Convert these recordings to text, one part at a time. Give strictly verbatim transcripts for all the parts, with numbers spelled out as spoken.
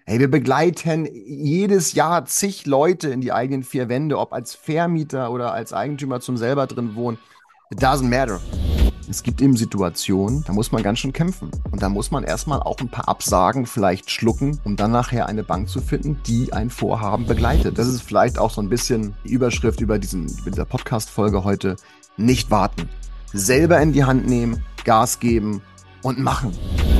Hey, wir begleiten jedes Jahr zig Leute in die eigenen vier Wände, ob als Vermieter oder als Eigentümer zum selber drin wohnen. It doesn't matter. Es gibt eben Situationen, da muss man ganz schön kämpfen. Und da muss man erstmal auch ein paar Absagen vielleicht schlucken, um dann nachher eine Bank zu finden, die ein Vorhaben begleitet. Das ist vielleicht auch so ein bisschen die Überschrift über, diesen, über dieser Podcast-Folge heute. Nicht warten. Selber in die Hand nehmen, Gas geben und machen.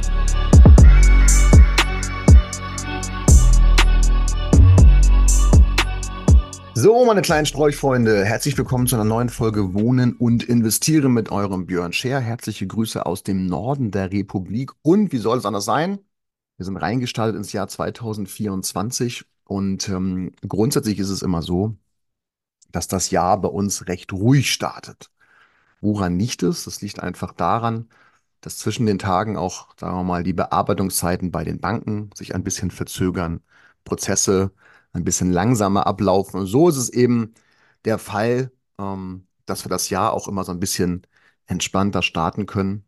So, meine kleinen Sträuchfreunde, herzlich willkommen zu einer neuen Folge Wohnen und Investieren mit eurem Björn Scher. Herzliche Grüße aus dem Norden der Republik. Und wie soll es anders sein? Wir sind reingestartet ins Jahr zweitausendvierundzwanzig und ähm, grundsätzlich ist es immer so, dass das Jahr bei uns recht ruhig startet. Woran liegt es? Das liegt einfach daran, dass zwischen den Tagen auch, sagen wir mal, die Bearbeitungszeiten bei den Banken sich ein bisschen verzögern, Prozesse ein bisschen langsamer ablaufen. Und so ist es eben der Fall, ähm, dass wir das Jahr auch immer so ein bisschen entspannter starten können,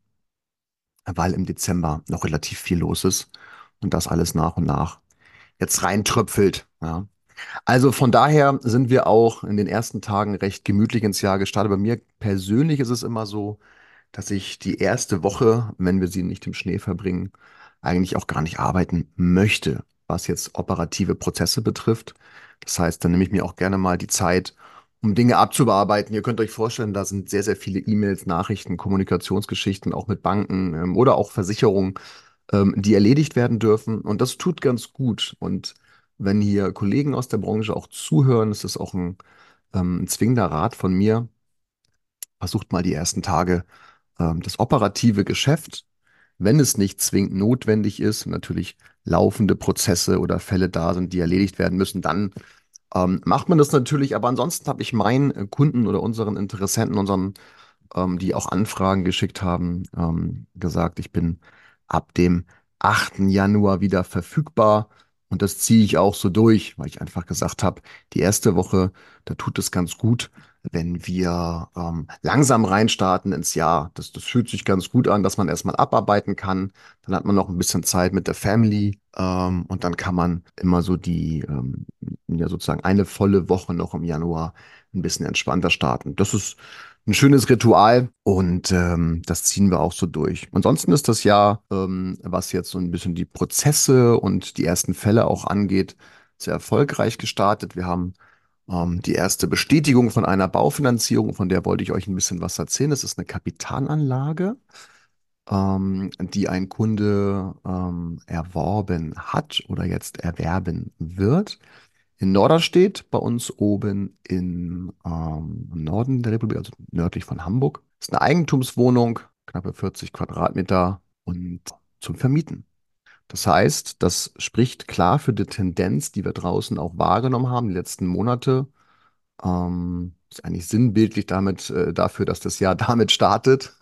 weil im Dezember noch relativ viel los ist und das alles nach und nach jetzt reintröpfelt. Ja. Also von daher sind wir auch in den ersten Tagen recht gemütlich ins Jahr gestartet. Bei mir persönlich ist es immer so, dass ich die erste Woche, wenn wir sie nicht im Schnee verbringen, eigentlich auch gar nicht arbeiten möchte, was jetzt operative Prozesse betrifft. Das heißt, dann nehme ich mir auch gerne mal die Zeit, um Dinge abzubearbeiten. Ihr könnt euch vorstellen, da sind sehr, sehr viele E-Mails, Nachrichten, Kommunikationsgeschichten, auch mit Banken, ähm, oder auch Versicherungen, ähm, die erledigt werden dürfen. Und das tut ganz gut. Und wenn hier Kollegen aus der Branche auch zuhören, ist das auch ein, ähm, ein zwingender Rat von mir. Versucht mal die ersten Tage ähm, das operative Geschäft, wenn es nicht zwingend notwendig ist, und natürlich laufende Prozesse oder Fälle da sind, die erledigt werden müssen, dann ähm, macht man das natürlich. Aber ansonsten habe ich meinen äh, Kunden oder unseren Interessenten, unseren, ähm, die auch Anfragen geschickt haben, ähm, gesagt, ich bin ab dem achten Januar wieder verfügbar. Und das ziehe ich auch so durch, weil ich einfach gesagt habe, die erste Woche, da tut es ganz gut, wenn wir ähm, langsam reinstarten ins Jahr. Das, das fühlt sich ganz gut an, dass man erstmal abarbeiten kann. Dann hat man noch ein bisschen Zeit mit der Family, ähm, und dann kann man immer so die, ähm, ja sozusagen eine volle Woche noch im Januar ein bisschen entspannter starten. Das ist ein schönes Ritual und ähm, das ziehen wir auch so durch. Ansonsten ist das Jahr, ähm, was jetzt so ein bisschen die Prozesse und die ersten Fälle auch angeht, sehr erfolgreich gestartet. Wir haben ähm, die erste Bestätigung von einer Baufinanzierung, von der wollte ich euch ein bisschen was erzählen. Das ist eine Kapitalanlage, ähm, die ein Kunde ähm, erworben hat oder jetzt erwerben wird. In Norderstedt, bei uns oben in, ähm, im Norden der Republik, also nördlich von Hamburg. Ist eine Eigentumswohnung, knappe vierzig Quadratmeter und zum Vermieten. Das heißt, das spricht klar für die Tendenz, die wir draußen auch wahrgenommen haben, die letzten Monate. Ähm, ist eigentlich sinnbildlich damit, äh, dafür, dass das Jahr damit startet.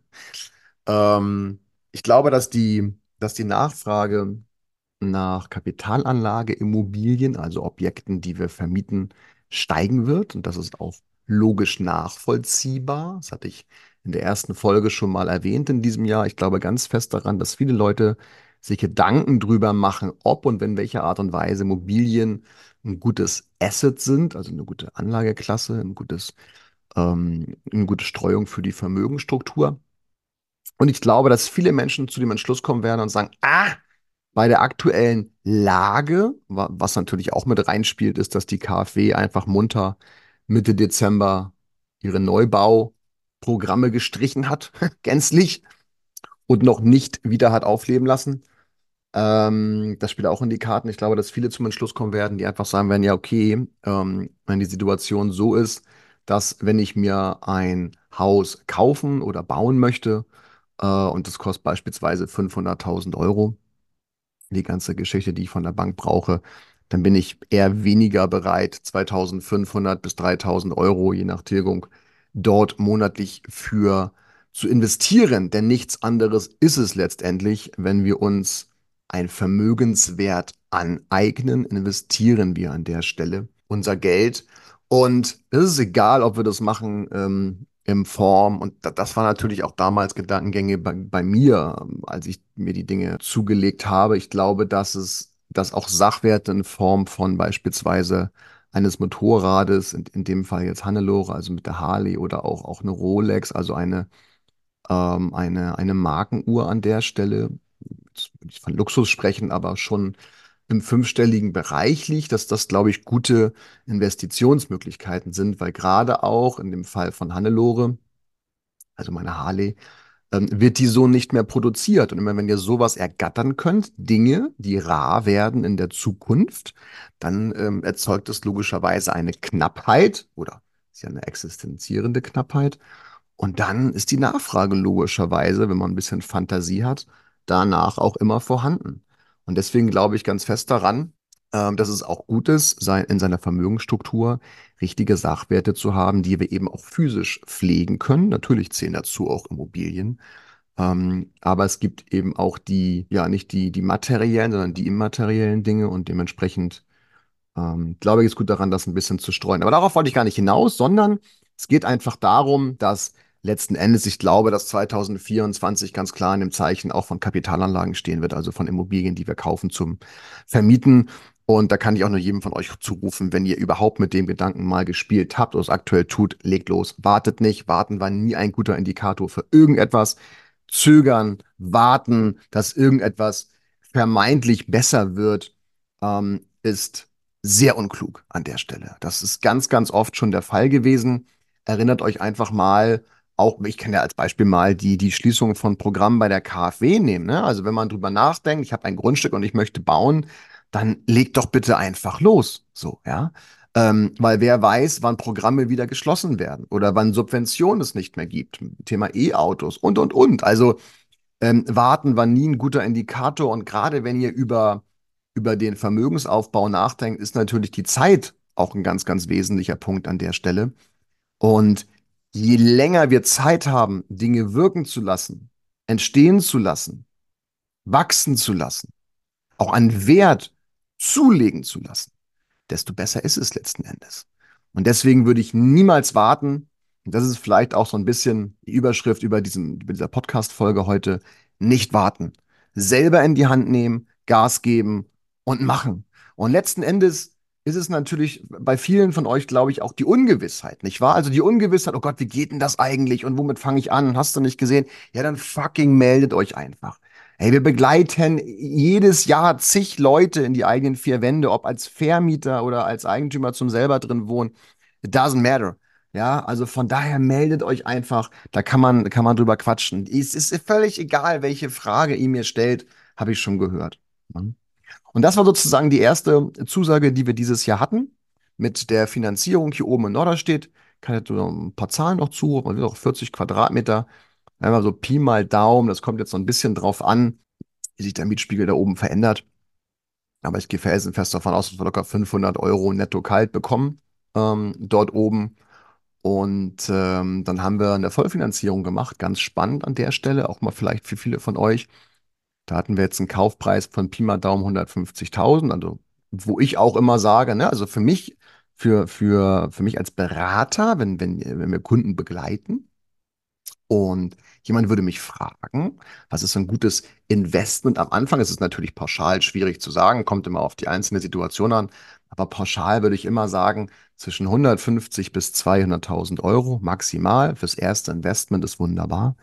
Ähm, ich glaube, dass die, dass die Nachfrage nach Kapitalanlage, Immobilien, also Objekten, die wir vermieten, steigen wird. Und das ist auch logisch nachvollziehbar. Das hatte ich in der ersten Folge schon mal erwähnt in diesem Jahr. Ich glaube ganz fest daran, dass viele Leute sich Gedanken drüber machen, ob und in welcher Art und Weise Immobilien ein gutes Asset sind, also eine gute Anlageklasse, ein gutes, ähm, eine gute Streuung für die Vermögensstruktur. Und ich glaube, dass viele Menschen zu dem Entschluss kommen werden und sagen, ah, bei der aktuellen Lage, wa- was natürlich auch mit reinspielt, ist, dass die KfW einfach munter Mitte Dezember ihre Neubauprogramme gestrichen hat, gänzlich, und noch nicht wieder hat aufleben lassen. Ähm, das spielt auch in die Karten. Ich glaube, dass viele zum Entschluss kommen werden, die einfach sagen werden, ja, okay, ähm, wenn die Situation so ist, dass wenn ich mir ein Haus kaufen oder bauen möchte, äh, und das kostet beispielsweise fünfhunderttausend Euro, die ganze Geschichte, die ich von der Bank brauche, dann bin ich eher weniger bereit, zweitausendfünfhundert bis dreitausend Euro, je nach Tilgung, dort monatlich für zu investieren. Denn nichts anderes ist es letztendlich, wenn wir uns ein Vermögenswert aneignen, investieren wir an der Stelle unser Geld. Und es ist egal, ob wir das machen, ähm, in Form. Und da- das war natürlich auch damals Gedankengänge bei, bei mir, ähm, als ich mir die Dinge zugelegt habe. Ich glaube, dass es dass auch Sachwerte in Form von beispielsweise eines Motorrades, in, in dem Fall jetzt Hannelore, also mit der Harley oder auch, auch eine Rolex, also eine, ähm, eine, eine Markenuhr an der Stelle, jetzt will ich von Luxus sprechen, aber schon im fünfstelligen Bereich liegt, dass das, glaube ich, gute Investitionsmöglichkeiten sind, weil gerade auch in dem Fall von Hannelore, also meine Harley, ähm, wird die so nicht mehr produziert. Und immer wenn ihr sowas ergattern könnt, Dinge, die rar werden in der Zukunft, dann ähm, erzeugt es logischerweise eine Knappheit oder ist ja eine existenzierende Knappheit. Und dann ist die Nachfrage logischerweise, wenn man ein bisschen Fantasie hat, danach auch immer vorhanden. Und deswegen glaube ich ganz fest daran, ähm, dass es auch gut ist, sei- in seiner Vermögensstruktur richtige Sachwerte zu haben, die wir eben auch physisch pflegen können. Natürlich zählen dazu auch Immobilien. Ähm, aber es gibt eben auch die, ja, nicht die, die materiellen, sondern die immateriellen Dinge und dementsprechend ähm, glaube ich, ist gut daran, das ein bisschen zu streuen. Aber darauf wollte ich gar nicht hinaus, sondern es geht einfach darum, dass letzten Endes, ich glaube, dass zwanzig vierundzwanzig ganz klar in dem Zeichen auch von Kapitalanlagen stehen wird, also von Immobilien, die wir kaufen zum Vermieten. Und da kann ich auch nur jedem von euch zurufen, wenn ihr überhaupt mit dem Gedanken mal gespielt habt oder es aktuell tut, legt los. Wartet nicht. Warten war nie ein guter Indikator für irgendetwas. Zögern, warten, dass irgendetwas vermeintlich besser wird, ähm, ist sehr unklug an der Stelle. Das ist ganz, ganz oft schon der Fall gewesen. Erinnert euch einfach mal, auch, ich kann ja als Beispiel mal die, die Schließung von Programmen bei der KfW nehmen. Ne? Also wenn man drüber nachdenkt, ich habe ein Grundstück und ich möchte bauen, dann legt doch bitte einfach los. So, ja. Ähm, weil wer weiß, wann Programme wieder geschlossen werden oder wann Subventionen es nicht mehr gibt. Thema E-Autos und, und, und. Also ähm, warten war nie ein guter Indikator. Und gerade wenn ihr über, über den Vermögensaufbau nachdenkt, ist natürlich die Zeit auch ein ganz, ganz wesentlicher Punkt an der Stelle. Und je länger wir Zeit haben, Dinge wirken zu lassen, entstehen zu lassen, wachsen zu lassen, auch an Wert zulegen zu lassen, desto besser ist es letzten Endes. Und deswegen würde ich niemals warten, und das ist vielleicht auch so ein bisschen die Überschrift über diesen, über dieser Podcast-Folge heute, nicht warten. Selber in die Hand nehmen, Gas geben und machen. Und letzten Endes ist es natürlich bei vielen von euch, glaube ich, auch die Ungewissheit, nicht wahr? Also die Ungewissheit, oh Gott, wie geht denn das eigentlich und womit fange ich an? Hast du nicht gesehen? Ja, dann fucking meldet euch einfach. Hey, wir begleiten jedes Jahr zig Leute in die eigenen vier Wände, ob als Vermieter oder als Eigentümer zum selber drin wohnen. It doesn't matter. Ja, also von daher meldet euch einfach, da kann man, kann man drüber quatschen. Es ist völlig egal, welche Frage ihr mir stellt, habe ich schon gehört. Ne? Und das war sozusagen die erste Zusage, die wir dieses Jahr hatten. Mit der Finanzierung hier oben in Norderstedt. Kann jetzt so ein paar Zahlen noch zu, man will auch vierzig Quadratmeter. Einmal so Pi mal Daumen, das kommt jetzt so ein bisschen drauf an, wie sich der Mietspiegel da oben verändert. Aber ich gehe felsenfest davon aus, dass wir locker fünfhundert Euro netto kalt bekommen ähm, dort oben. Und ähm, dann haben wir eine Vollfinanzierung gemacht, ganz spannend an der Stelle, auch mal vielleicht für viele von euch. Da hatten wir jetzt einen Kaufpreis von Pi mal Daumen hundertfünfzigtausend, also wo ich auch immer sage, ne, also für mich, für, für, für mich als Berater, wenn, wenn, wenn wir Kunden begleiten, und jemand würde mich fragen, was ist so ein gutes Investment am Anfang? Es ist natürlich pauschal schwierig zu sagen, kommt immer auf die einzelne Situation an. Aber pauschal würde ich immer sagen, zwischen hundertfünfzig bis zweihunderttausend Euro maximal fürs erste Investment ist wunderbar.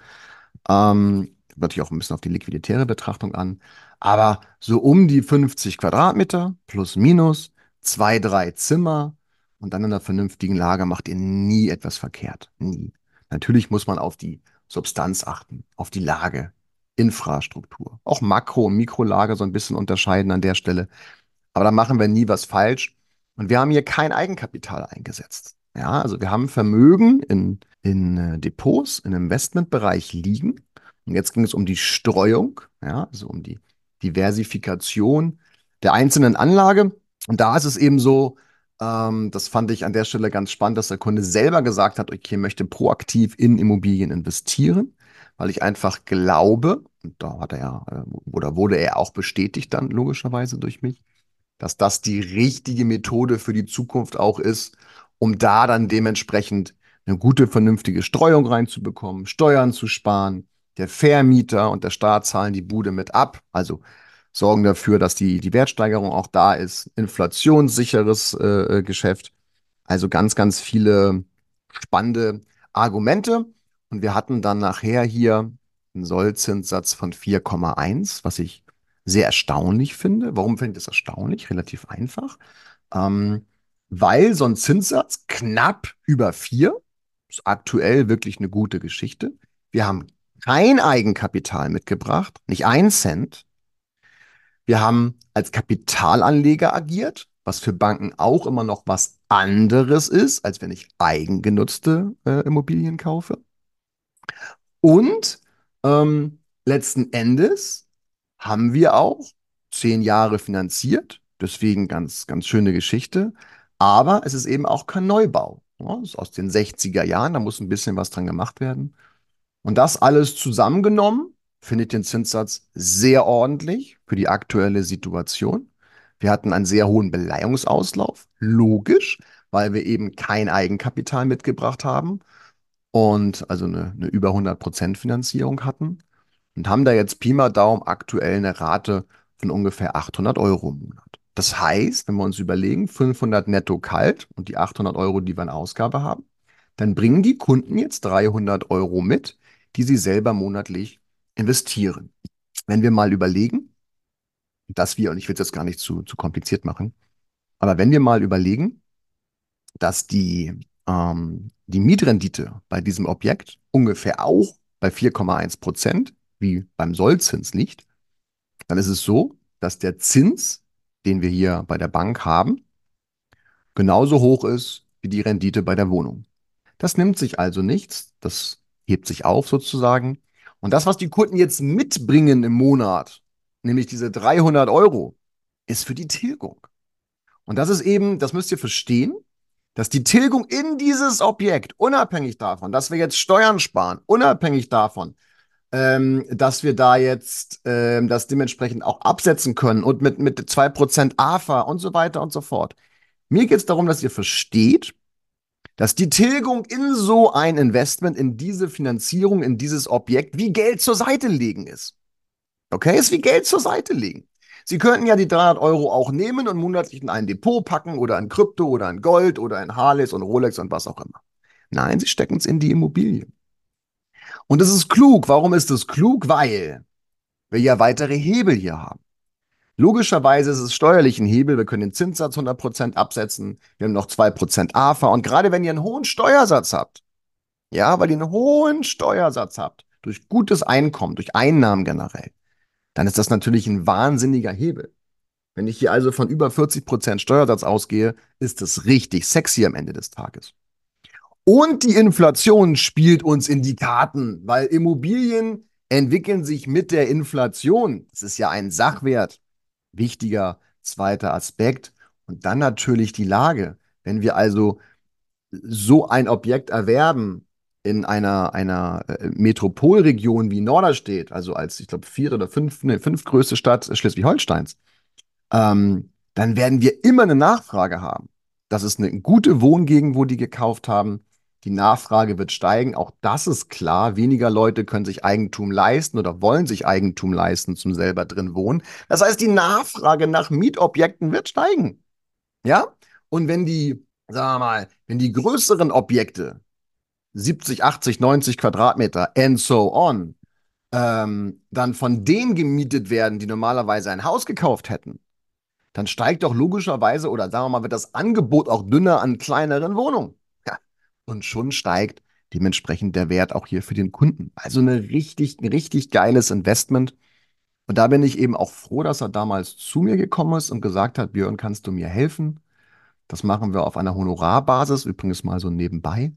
Ähm, kommt natürlich auch ein bisschen auf die liquiditäre Betrachtung an. Aber so um die fünfzig Quadratmeter plus minus, zwei, drei Zimmer und dann in einer vernünftigen Lage macht ihr nie etwas verkehrt. Nie. Natürlich muss man auf die Substanz achten, auf die Lage, Infrastruktur, auch Makro- und Mikrolage so ein bisschen unterscheiden an der Stelle. Aber da machen wir nie was falsch. Und wir haben hier kein Eigenkapital eingesetzt. Ja, also wir haben Vermögen in, in äh, Depots, im Investmentbereich liegen. Und jetzt ging es um die Streuung, ja, also um die Diversifikation der einzelnen Anlage. Und da ist es eben so, ähm, das fand ich an der Stelle ganz spannend, dass der Kunde selber gesagt hat, okay, möchte proaktiv in Immobilien investieren, weil ich einfach glaube, und da hat er ja, äh, oder wurde er auch bestätigt dann logischerweise durch mich, dass das die richtige Methode für die Zukunft auch ist, um da dann dementsprechend eine gute, vernünftige Streuung reinzubekommen, Steuern zu sparen. Der Vermieter und der Staat zahlen die Bude mit ab. Also sorgen dafür, dass die, die Wertsteigerung auch da ist. Inflationssicheres äh, äh, Geschäft. Also ganz, ganz viele spannende Argumente. Und wir hatten dann nachher hier einen Sollzinssatz von vier Komma eins, was ich sehr erstaunlich finde. Warum finde ich das erstaunlich? Relativ einfach. Ähm, Weil so ein Zinssatz knapp über vier ist aktuell wirklich eine gute Geschichte. Wir haben kein Eigenkapital mitgebracht, nicht ein Cent. Wir haben als Kapitalanleger agiert, was für Banken auch immer noch was anderes ist, als wenn ich eigengenutzte äh, Immobilien kaufe. Und ähm, letzten Endes haben wir auch zehn Jahre finanziert, deswegen ganz, ganz schöne Geschichte. Aber es ist eben auch kein Neubau. Ja, das ist aus den sechziger Jahren, da muss ein bisschen was dran gemacht werden. Und das alles zusammengenommen finde ich den Zinssatz sehr ordentlich für die aktuelle Situation. Wir hatten einen sehr hohen Beleihungsauslauf, logisch, weil wir eben kein Eigenkapital mitgebracht haben und also eine, eine über hundert Prozent Finanzierung hatten und haben da jetzt Pi mal Daumen aktuell eine Rate von ungefähr achthundert Euro im Monat. Das heißt, wenn wir uns überlegen, fünfhundert netto kalt und die achthundert Euro, die wir in Ausgabe haben, dann bringen die Kunden jetzt dreihundert Euro mit, die sie selber monatlich investieren. Wenn wir mal überlegen, dass wir, und ich will es jetzt gar nicht zu, zu kompliziert machen, aber wenn wir mal überlegen, dass die, ähm, die Mietrendite bei diesem Objekt ungefähr auch bei vier Komma eins Prozent wie beim Sollzins liegt, dann ist es so, dass der Zins, den wir hier bei der Bank haben, genauso hoch ist wie die Rendite bei der Wohnung. Das nimmt sich also nichts, das hebt sich auf sozusagen. Und das, was die Kunden jetzt mitbringen im Monat, nämlich diese dreihundert Euro, ist für die Tilgung. Und das ist eben, das müsst ihr verstehen, dass die Tilgung in dieses Objekt, unabhängig davon, dass wir jetzt Steuern sparen, unabhängig davon, ähm, dass wir da jetzt ähm, das dementsprechend auch absetzen können und mit, mit zwei Prozent A F A und so weiter und so fort. Mir geht es darum, dass ihr versteht, dass die Tilgung in so ein Investment, in diese Finanzierung, in dieses Objekt wie Geld zur Seite legen ist. Okay, ist wie Geld zur Seite legen. Sie könnten ja die dreihundert Euro auch nehmen und monatlich in ein Depot packen oder in Krypto oder in Gold oder in Harleys und Rolex und was auch immer. Nein, sie stecken es in die Immobilie. Und das ist klug. Warum ist das klug? Weil wir ja weitere Hebel hier haben. Logischerweise ist es steuerlich ein Hebel. Wir können den Zinssatz hundert Prozent absetzen. Wir haben noch zwei Prozent A F A. Und gerade wenn ihr einen hohen Steuersatz habt, ja, weil ihr einen hohen Steuersatz habt, durch gutes Einkommen, durch Einnahmen generell, dann ist das natürlich ein wahnsinniger Hebel. Wenn ich hier also von über vierzig Prozent Steuersatz ausgehe, ist das richtig sexy am Ende des Tages. Und die Inflation spielt uns in die Karten, weil Immobilien entwickeln sich mit der Inflation. Das ist ja ein Sachwert. Wichtiger zweiter Aspekt. Und dann natürlich die Lage. Wenn wir also so ein Objekt erwerben in einer, einer äh, Metropolregion wie Norderstedt, also als, ich glaube, vierte oder fünf, ne, fünftgrößte Stadt Schleswig-Holsteins, ähm, dann werden wir immer eine Nachfrage haben. Das ist eine gute Wohngegend, wo die gekauft haben. Die Nachfrage wird steigen. Auch das ist klar. Weniger Leute können sich Eigentum leisten oder wollen sich Eigentum leisten zum selber drin wohnen. Das heißt, die Nachfrage nach Mietobjekten wird steigen. Ja? Und wenn die, sagen wir mal, wenn die größeren Objekte, siebzig, achtzig, neunzig Quadratmeter and so on, ähm, dann von denen gemietet werden, die normalerweise ein Haus gekauft hätten, dann steigt doch logischerweise oder sagen wir mal, wird das Angebot auch dünner an kleineren Wohnungen. Ja. Und schon steigt dementsprechend der Wert auch hier für den Kunden. Also eine richtig, ein richtig geiles Investment. Und da bin ich eben auch froh, dass er damals zu mir gekommen ist und gesagt hat, Björn, kannst du mir helfen? Das machen wir auf einer Honorarbasis, übrigens mal so nebenbei.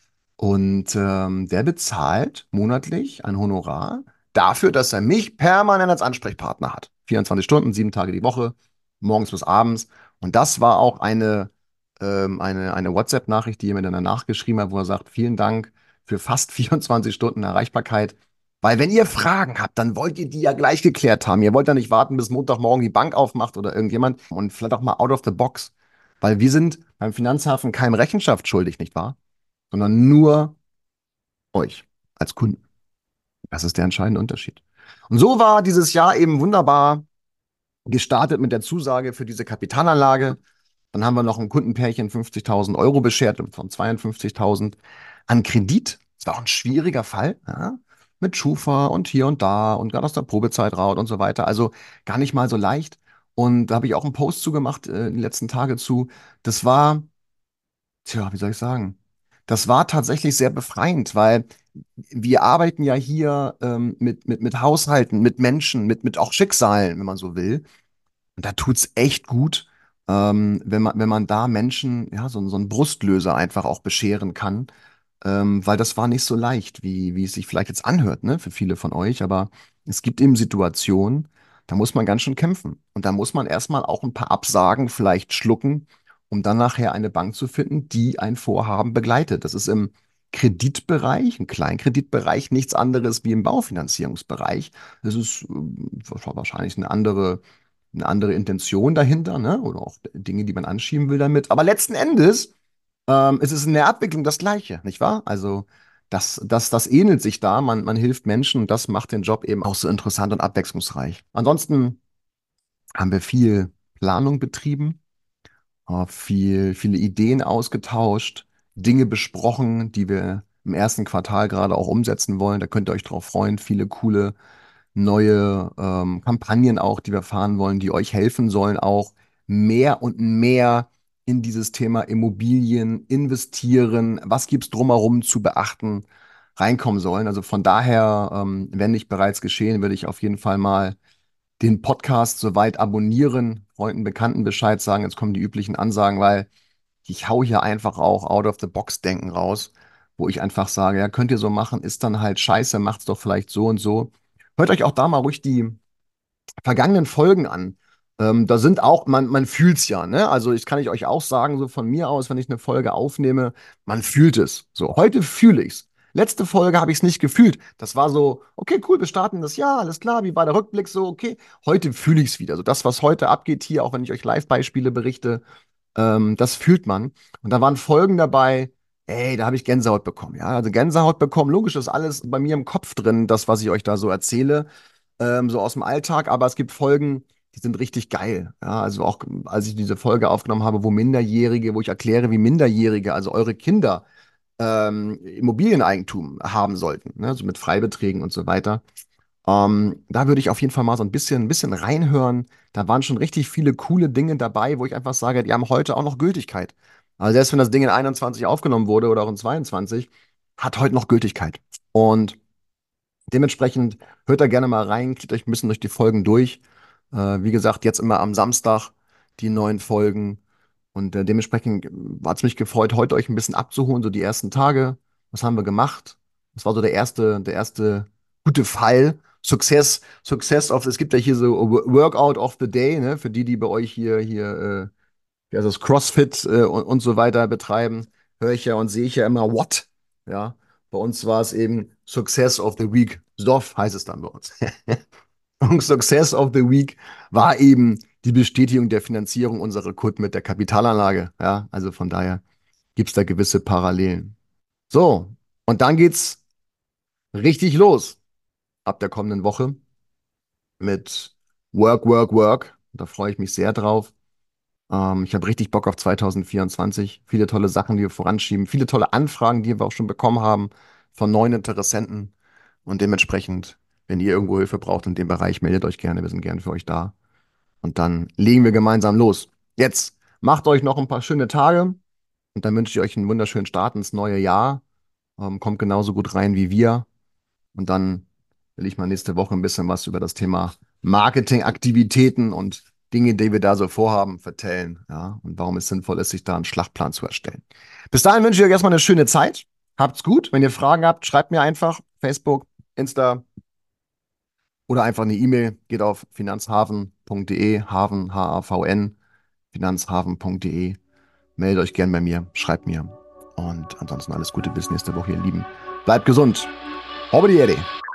Und ähm, der bezahlt monatlich ein Honorar dafür, dass er mich permanent als Ansprechpartner hat. vierundzwanzig Stunden, sieben Tage die Woche, morgens bis abends. Und das war auch eine, ähm, eine, eine WhatsApp-Nachricht, die er mir dann danach geschrieben hat, wo er sagt, vielen Dank für fast vierundzwanzig Stunden Erreichbarkeit. Weil wenn ihr Fragen habt, dann wollt ihr die ja gleich geklärt haben. Ihr wollt ja nicht warten, bis Montagmorgen die Bank aufmacht oder irgendjemand und vielleicht auch mal out of the box. Weil wir sind beim Finanzhafen keinem Rechenschaft schuldig, nicht wahr? Sondern nur euch als Kunden. Das ist der entscheidende Unterschied. Und so war dieses Jahr eben wunderbar Gestartet mit der Zusage für diese Kapitalanlage. Dann haben wir noch ein Kundenpärchen fünfzigtausend Euro beschert von zweiundfünfzigtausend an Kredit. Das war auch ein schwieriger Fall, ja, mit Schufa und hier und da und gerade aus der Probezeit raus und so weiter. Also gar nicht mal so leicht. Und da habe ich auch einen Post zugemacht, äh, die letzten Tage zu. Das war, tja, wie soll ich sagen? Das war tatsächlich sehr befreiend, weil wir arbeiten ja hier ähm, mit, mit, mit Haushalten, mit Menschen, mit, mit auch Schicksalen, wenn man so will. Und da tut's echt gut, ähm, wenn man, wenn man da Menschen, ja, so, so einen Brustlöser einfach auch bescheren kann. Ähm, weil das war nicht so leicht, wie, wie es sich vielleicht jetzt anhört, ne, für viele von euch. Aber es gibt eben Situationen, da muss man ganz schön kämpfen. Und da muss man erstmal auch ein paar Absagen vielleicht schlucken, um dann nachher eine Bank zu finden, die ein Vorhaben begleitet. Das ist im Kreditbereich, im Kleinkreditbereich, nichts anderes wie im Baufinanzierungsbereich. Das ist ähm, wahrscheinlich eine andere eine andere Intention dahinter, ne? Oder auch Dinge, die man anschieben will damit. Aber letzten Endes ähm, ist es in der Abwicklung das Gleiche, nicht wahr? Also das, das, das ähnelt sich da. Man, man hilft Menschen und das macht den Job eben auch so interessant und abwechslungsreich. Ansonsten haben wir viel Planung betrieben, äh, viel, viele Ideen ausgetauscht, Dinge besprochen, die wir im ersten Quartal gerade auch umsetzen wollen. Da könnt ihr euch drauf freuen. Viele coole neue ähm, Kampagnen auch, die wir fahren wollen, die euch helfen sollen, auch mehr und mehr in dieses Thema Immobilien investieren, was gibt's drumherum zu beachten, reinkommen sollen. Also von daher, ähm, wenn nicht bereits geschehen, würde ich auf jeden Fall mal den Podcast soweit abonnieren, Freunden, Bekannten Bescheid sagen. Jetzt kommen die üblichen Ansagen, weil ich hau hier einfach auch out of the box Denken raus, wo ich einfach sage, ja, könnt ihr so machen, ist dann halt scheiße, macht's doch vielleicht so und so. Hört euch auch da mal ruhig die vergangenen Folgen an. Ähm, da sind auch, man, man fühlt's ja, ne? Also ich kann ich euch auch sagen, so von mir aus, wenn ich eine Folge aufnehme, man fühlt es. So, heute fühle ich's. Letzte Folge habe ich es nicht gefühlt. Das war so, okay, cool, wir starten das Jahr, alles klar, wie war der Rückblick so, okay. Heute fühle ich es wieder. So das, was heute abgeht hier, auch wenn ich euch Live-Beispiele berichte, ähm, das fühlt man. Und da waren Folgen dabei, ey, da habe ich Gänsehaut bekommen. Ja, also Gänsehaut bekommen, logisch, ist alles bei mir im Kopf drin, das, was ich euch da so erzähle, ähm, so aus dem Alltag. Aber es gibt Folgen, die sind richtig geil. Ja, also auch als ich diese Folge aufgenommen habe, wo Minderjährige, wo ich erkläre, wie Minderjährige, also eure Kinder, ähm, Immobilieneigentum haben sollten, ne, so mit Freibeträgen und so weiter. Ähm, da würde ich auf jeden Fall mal so ein bisschen, ein bisschen reinhören. Da waren schon richtig viele coole Dinge dabei, wo ich einfach sage, die haben heute auch noch Gültigkeit. Also selbst wenn das Ding in einundzwanzig aufgenommen wurde oder auch in zweiundzwanzig, hat heute noch Gültigkeit. Und dementsprechend hört da gerne mal rein, klickt euch ein bisschen durch die Folgen durch. Äh, wie gesagt, jetzt immer am Samstag die neuen Folgen. Und äh, dementsprechend hat es mich gefreut, heute euch ein bisschen abzuholen, so die ersten Tage. Was haben wir gemacht? Das war so der erste, der erste gute Fall. Success, Success of, es gibt ja hier so Workout of the Day, ne, für die, die bei euch hier, hier, äh, ja, also das CrossFit äh, und, und so weiter betreiben, höre ich ja und sehe ich ja immer What. Ja, bei uns war es eben Success of the Week. S O F heißt es dann bei uns. Und Success of the Week war eben die Bestätigung der Finanzierung unserer Kunden mit der Kapitalanlage. Ja, also von daher gibt es da gewisse Parallelen. So, und dann geht's richtig los ab der kommenden Woche mit Work, Work, Work. Da freue ich mich sehr drauf. Ähm, ich habe richtig Bock auf zwanzig vierundzwanzig. Viele tolle Sachen, die wir voranschieben. Viele tolle Anfragen, die wir auch schon bekommen haben von neuen Interessenten. Und dementsprechend, wenn ihr irgendwo Hilfe braucht in dem Bereich, meldet euch gerne. Wir sind gerne für euch da. Und dann legen wir gemeinsam los. Jetzt macht euch noch ein paar schöne Tage und dann wünsche ich euch einen wunderschönen Start ins neue Jahr. Ähm, kommt genauso gut rein wie wir. Und dann will ich mal nächste Woche ein bisschen was über das Thema Marketingaktivitäten und Dinge, die wir da so vorhaben, vertellen. Ja, und warum es sinnvoll ist, sich da einen Schlachtplan zu erstellen. Bis dahin wünsche ich euch erstmal eine schöne Zeit. Habt's gut. Wenn ihr Fragen habt, schreibt mir einfach. Facebook, Insta oder einfach eine E-Mail. Geht auf finanzhafen punkt de, Hafen, H A V N, finanzhafen punkt de. Meldet euch gern bei mir, schreibt mir. Und ansonsten alles Gute bis nächste Woche, ihr Lieben. Bleibt gesund. Hobby